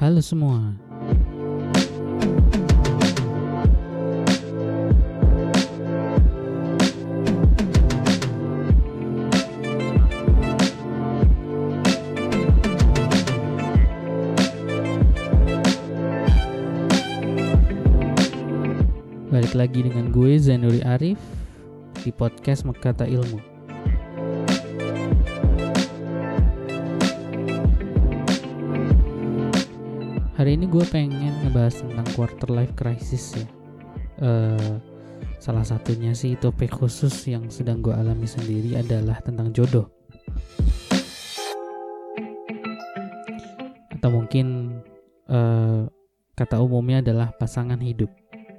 Halo semua. Balik lagi dengan gue Zainuri Arif di podcast Mekata Ilmu. Hari ini gue pengen ngebahas tentang quarter life crisis ya. Salah satunya sih topik khusus yang sedang gue alami sendiri adalah tentang jodoh. Atau mungkin kata umumnya adalah pasangan hidup.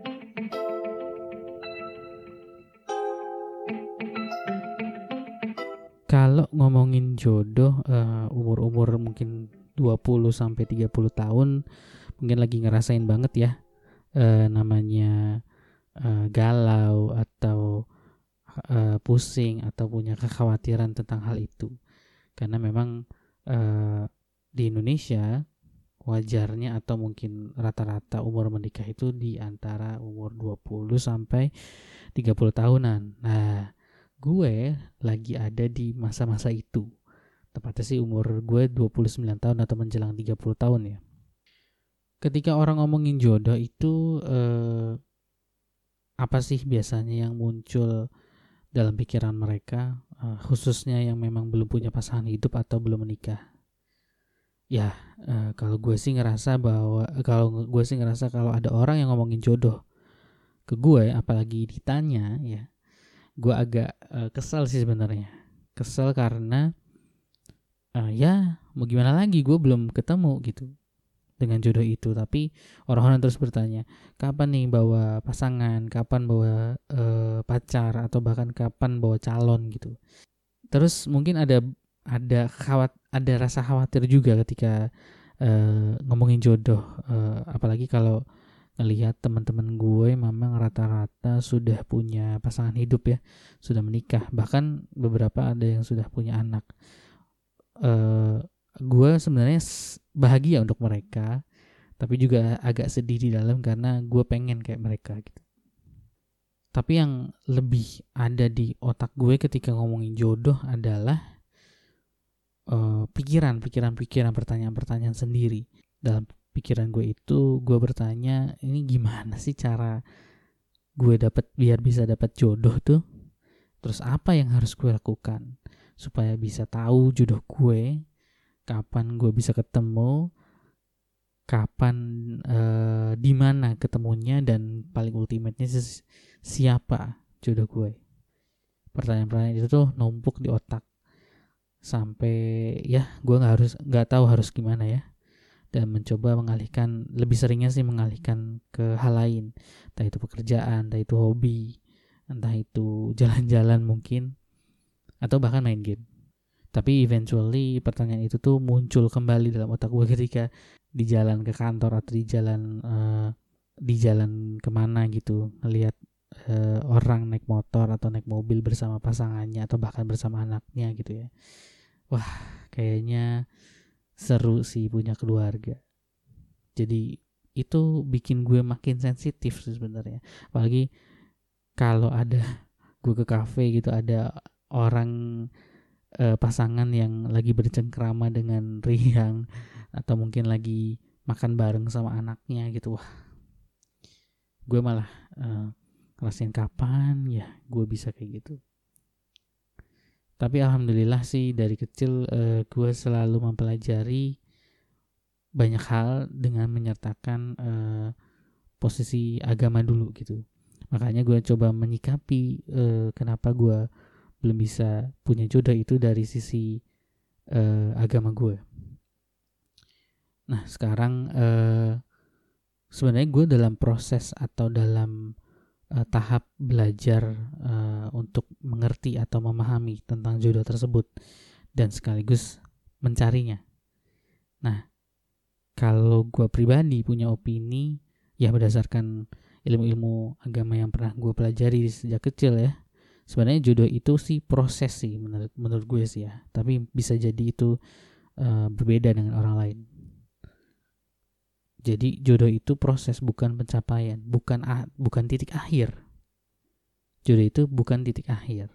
Kalau ngomongin jodoh, umur-umur mungkin 20-30 tahun mungkin lagi ngerasain banget ya, namanya galau atau pusing atau punya kekhawatiran tentang hal itu. Karena memang di Indonesia wajarnya atau mungkin rata-rata umur menikah itu di antara umur 20 sampai 30 tahunan. Nah, gue lagi ada di masa-masa itu. Tepatnya sih umur gue 29 tahun atau menjelang 30 tahun ya. Ketika orang ngomongin jodoh itu apa sih biasanya yang muncul dalam pikiran mereka, khususnya yang memang belum punya pasangan hidup atau belum menikah? Ya, kalau gue sih ngerasa kalau ada orang yang ngomongin jodoh ke gue, apalagi ditanya ya, gue agak kesel sih sebenarnya. Kesel karena ya mau gimana lagi, gue belum ketemu gitu dengan jodoh itu. Tapi orang-orang terus bertanya, kapan nih bawa pasangan, kapan bawa pacar, atau bahkan kapan bawa calon gitu. Terus mungkin ada rasa khawatir juga ketika ngomongin jodoh, apalagi kalau ngelihat teman-teman gue memang rata-rata sudah punya pasangan hidup ya, sudah menikah, bahkan beberapa ada yang sudah punya anak. Gue sebenarnya bahagia untuk mereka, tapi juga agak sedih di dalam karena gue pengen kayak mereka gitu. Tapi yang lebih ada di otak gue ketika ngomongin jodoh adalah pikiran, pertanyaan-pertanyaan sendiri. Dalam pikiran gue itu gue bertanya, ini gimana sih cara gue biar bisa dapat jodoh tuh? Terus apa yang harus gue lakukan supaya bisa tahu jodoh gue, kapan gue bisa ketemu, kapan, di mana ketemunya, dan paling ultimate-nya siapa jodoh gue. Pertanyaan-pertanyaan itu tuh numpuk di otak sampai ya gue nggak tahu harus gimana ya, dan mencoba lebih seringnya sih mengalihkan ke hal lain, entah itu pekerjaan, entah itu hobi, entah itu jalan-jalan mungkin, atau bahkan main game. Tapi eventually pertanyaan itu tuh muncul kembali dalam otak gue ketika di jalan ke kantor atau di jalan kemana gitu, ngelihat orang naik motor atau naik mobil bersama pasangannya atau bahkan bersama anaknya gitu ya. Wah, kayaknya seru sih punya keluarga. Jadi itu bikin gue makin sensitif sih sebenarnya. Apalagi kalau ada gue ke kafe gitu, ada orang pasangan yang lagi bercengkrama dengan riang, atau mungkin lagi makan bareng sama anaknya gitu. Wah, gue malah ngerasain kapan ya gue bisa kayak gitu. Tapi alhamdulillah sih dari kecil gue selalu mempelajari banyak hal dengan menyertakan posisi agama dulu gitu. Makanya gue coba menyikapi kenapa gue belum bisa punya jodoh itu dari sisi agama gue. Nah sekarang sebenarnya gue dalam proses atau dalam tahap belajar untuk mengerti atau memahami tentang jodoh tersebut dan sekaligus mencarinya. Nah, kalau gue pribadi punya opini ya berdasarkan ilmu-ilmu agama yang pernah gue pelajari sejak kecil ya. Sebenarnya jodoh itu sih proses sih menurut gue sih ya. Tapi bisa jadi itu berbeda dengan orang lain. Jadi jodoh itu proses, bukan pencapaian, bukan titik akhir. Jodoh itu bukan titik akhir.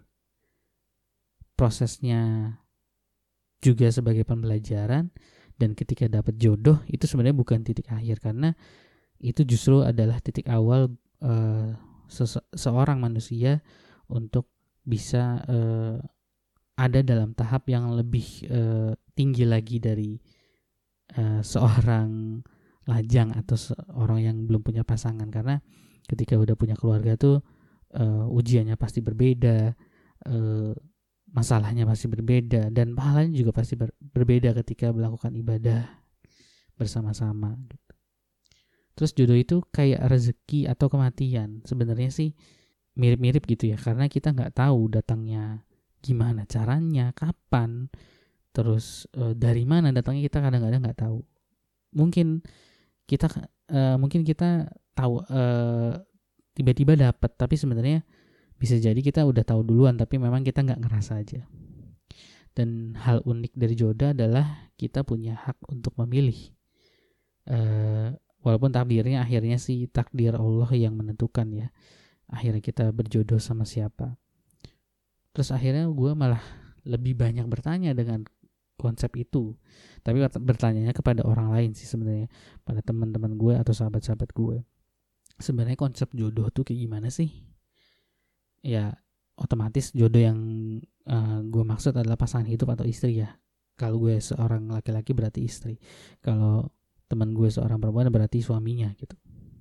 Prosesnya juga sebagai pembelajaran, dan ketika dapat jodoh itu sebenarnya bukan titik akhir, karena itu justru adalah titik awal seorang manusia untuk bisa ada dalam tahap yang lebih tinggi lagi dari seorang lajang atau seorang yang belum punya pasangan. Karena ketika udah punya keluarga tuh ujiannya pasti berbeda, masalahnya pasti berbeda, dan pahalanya juga pasti berbeda ketika melakukan ibadah bersama-sama gitu. Terus jodoh itu kayak rezeki atau kematian. Sebenarnya sih mirip-mirip gitu ya, karena kita nggak tahu datangnya gimana caranya, kapan, terus dari mana datangnya, kita kadang-kadang nggak tahu. Mungkin kita tahu tiba-tiba dapat, tapi sebenarnya bisa jadi kita udah tahu duluan, tapi memang kita nggak ngerasa aja. Dan hal unik dari jodoh adalah kita punya hak untuk memilih. Walaupun takdirnya akhirnya sih takdir Allah yang menentukan ya, akhirnya kita berjodoh sama siapa. Terus akhirnya gue malah lebih banyak bertanya dengan konsep itu, tapi bertanyanya kepada orang lain sih sebenarnya, pada teman-teman gue atau sahabat-sahabat gue. Sebenarnya konsep jodoh tuh kayak gimana sih? Ya otomatis jodoh yang gue maksud adalah pasangan hidup atau istri ya. Kalau gue seorang laki-laki berarti istri, kalau teman gue seorang perempuan berarti suaminya gitu.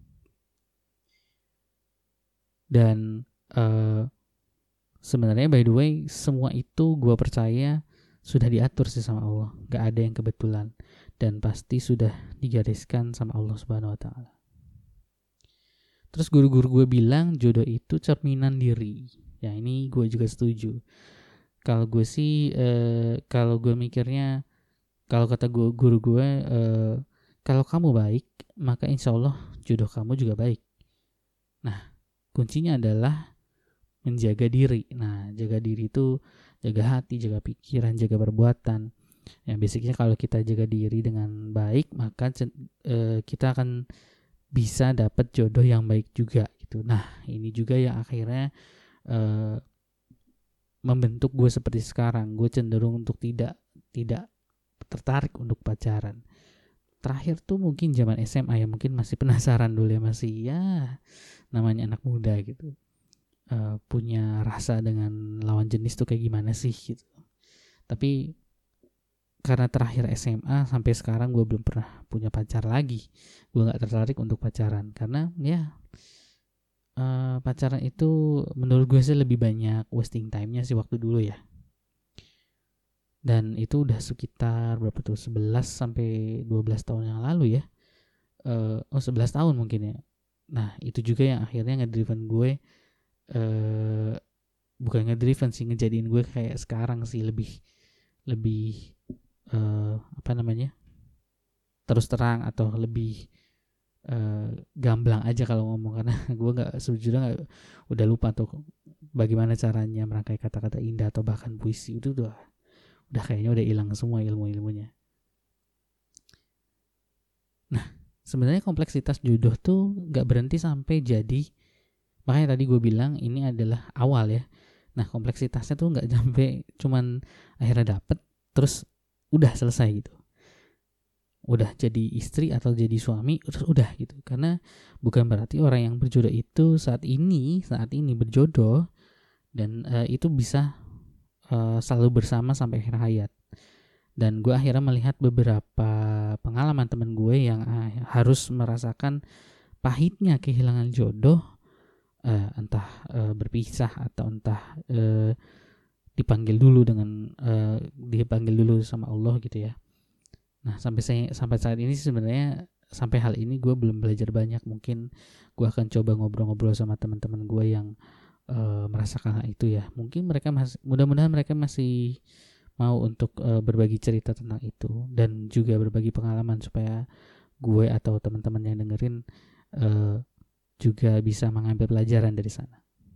Dan sebenarnya by the way semua itu gue percaya sudah diatur sih sama Allah, gak ada yang kebetulan, dan pasti sudah digariskan sama Allah Subhanahu Wa Taala. Terus guru-guru gue bilang jodoh itu cerminan diri. Ya ini gue juga setuju. Kalau gue sih, kalau gue mikirnya, kalau kata guru gue, kalau kamu baik, maka insya Allah jodoh kamu juga baik. Nah, kuncinya adalah menjaga diri. Nah, jaga diri itu jaga hati, jaga pikiran, jaga perbuatan. Ya, basicnya kalau kita jaga diri dengan baik, maka kita akan bisa dapat jodoh yang baik juga gitu. Nah, ini juga yang akhirnya membentuk gue seperti sekarang. Gue cenderung untuk tidak tertarik untuk pacaran. Terakhir tuh mungkin zaman SMA ya, mungkin masih penasaran dulu ya, masih ya namanya anak muda gitu, punya rasa dengan lawan jenis tuh kayak gimana sih gitu. Tapi karena terakhir SMA sampai sekarang gue belum pernah punya pacar lagi. Gue gak tertarik untuk pacaran, karena ya pacaran itu menurut gue sih lebih banyak wasting time-nya sih waktu dulu ya. Dan itu udah sekitar berapa tuh, 11 sampai 12 tahun yang lalu ya. 11 tahun mungkin ya. Nah itu juga yang akhirnya ngedriven gue, bukan ngedriven sih, ngejadiin gue kayak sekarang sih lebih terus terang atau lebih gamblang aja kalau ngomong, karena gue sejujurnya udah lupa tuh bagaimana caranya merangkai kata-kata indah atau bahkan puisi. Itu udah kayaknya udah hilang semua ilmunya. Nah sebenarnya kompleksitas jodoh tuh gak berhenti sampai jadi, makanya tadi gue bilang ini adalah awal ya. Nah kompleksitasnya tuh gak sampai cuman akhirnya dapet terus udah selesai gitu, udah jadi istri atau jadi suami terus udah gitu. Karena bukan berarti orang yang berjodoh itu saat ini berjodoh dan itu bisa selalu bersama sampai akhir hayat. Dan gue akhirnya melihat beberapa pengalaman teman gue yang harus merasakan pahitnya kehilangan jodoh, entah berpisah atau entah dipanggil dulu sama Allah gitu ya. Nah sampai saat ini sebenarnya, sampai hal ini gue belum belajar banyak. Mungkin gue akan coba ngobrol-ngobrol sama teman-teman gue yang merasakan hal itu ya. Mungkin mudah-mudahan mereka masih mau untuk berbagi cerita tentang itu dan juga berbagi pengalaman, supaya gue atau teman-teman yang dengerin juga bisa mengambil pelajaran dari sana.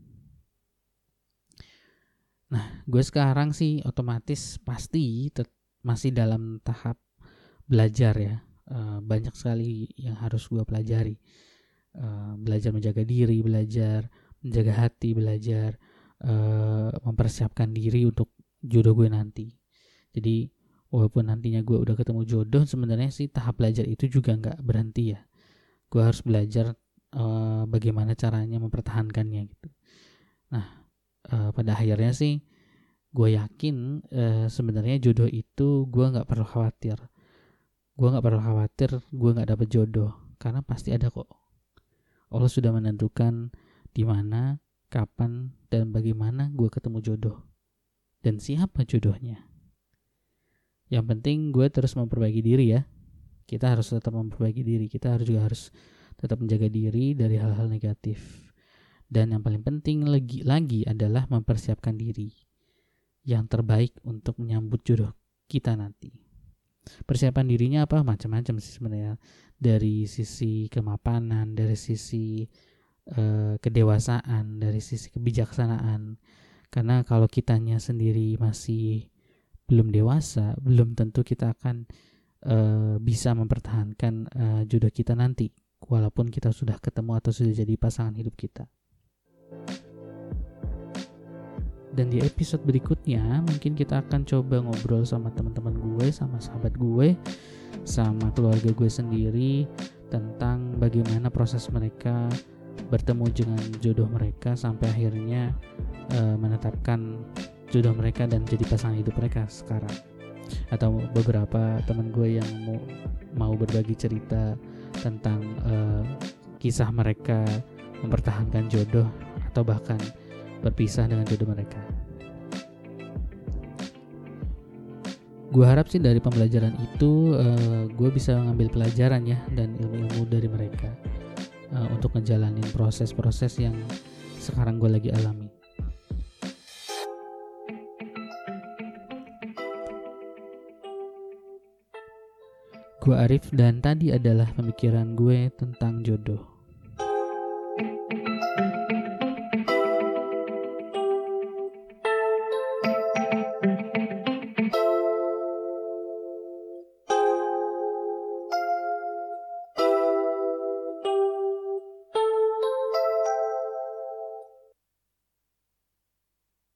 Nah gue sekarang sih otomatis pasti masih dalam tahap belajar ya, banyak sekali yang harus gue pelajari. Belajar menjaga diri, belajar menjaga hati, belajar mempersiapkan diri untuk jodoh gue nanti. Jadi walaupun nantinya gue udah ketemu jodoh, sebenarnya sih tahap belajar itu juga nggak berhenti ya. Gue harus belajar bagaimana caranya mempertahankannya gitu. Nah, pada akhirnya sih gue yakin sebenarnya jodoh itu gue nggak perlu khawatir. Gue nggak perlu khawatir gue nggak dapet jodoh, karena pasti ada kok. Allah sudah menentukan di mana, kapan, dan bagaimana gue ketemu jodoh dan siapa jodohnya. Yang penting gue terus memperbaiki diri ya. Kita harus tetap memperbaiki diri. Kita juga harus tetap menjaga diri dari hal-hal negatif. Dan yang paling penting lagi adalah mempersiapkan diri yang terbaik untuk menyambut jodoh kita nanti. Persiapan dirinya apa? Macam-macam sih sebenarnya. Dari sisi kemapanan, dari sisi kedewasaan, dari sisi kebijaksanaan. Karena kalau kitanya sendiri masih belum dewasa, belum tentu kita akan bisa mempertahankan jodoh kita nanti, walaupun kita sudah ketemu atau sudah jadi pasangan hidup kita. Dan di episode berikutnya mungkin kita akan coba ngobrol sama teman-teman gue, sama sahabat gue, sama keluarga gue sendiri tentang bagaimana proses mereka bertemu dengan jodoh mereka sampai akhirnya menetapkan jodoh mereka dan jadi pasangan hidup mereka sekarang. Atau beberapa teman gue yang mau berbagi cerita tentang kisah mereka mempertahankan jodoh atau bahkan berpisah dengan jodoh mereka. Gue harap sih dari pembelajaran itu gue bisa mengambil pelajaran ya dan ilmu-ilmu dari mereka untuk ngejalanin proses-proses yang sekarang gue lagi alami. Gue Arif dan tadi adalah pemikiran gue tentang jodoh.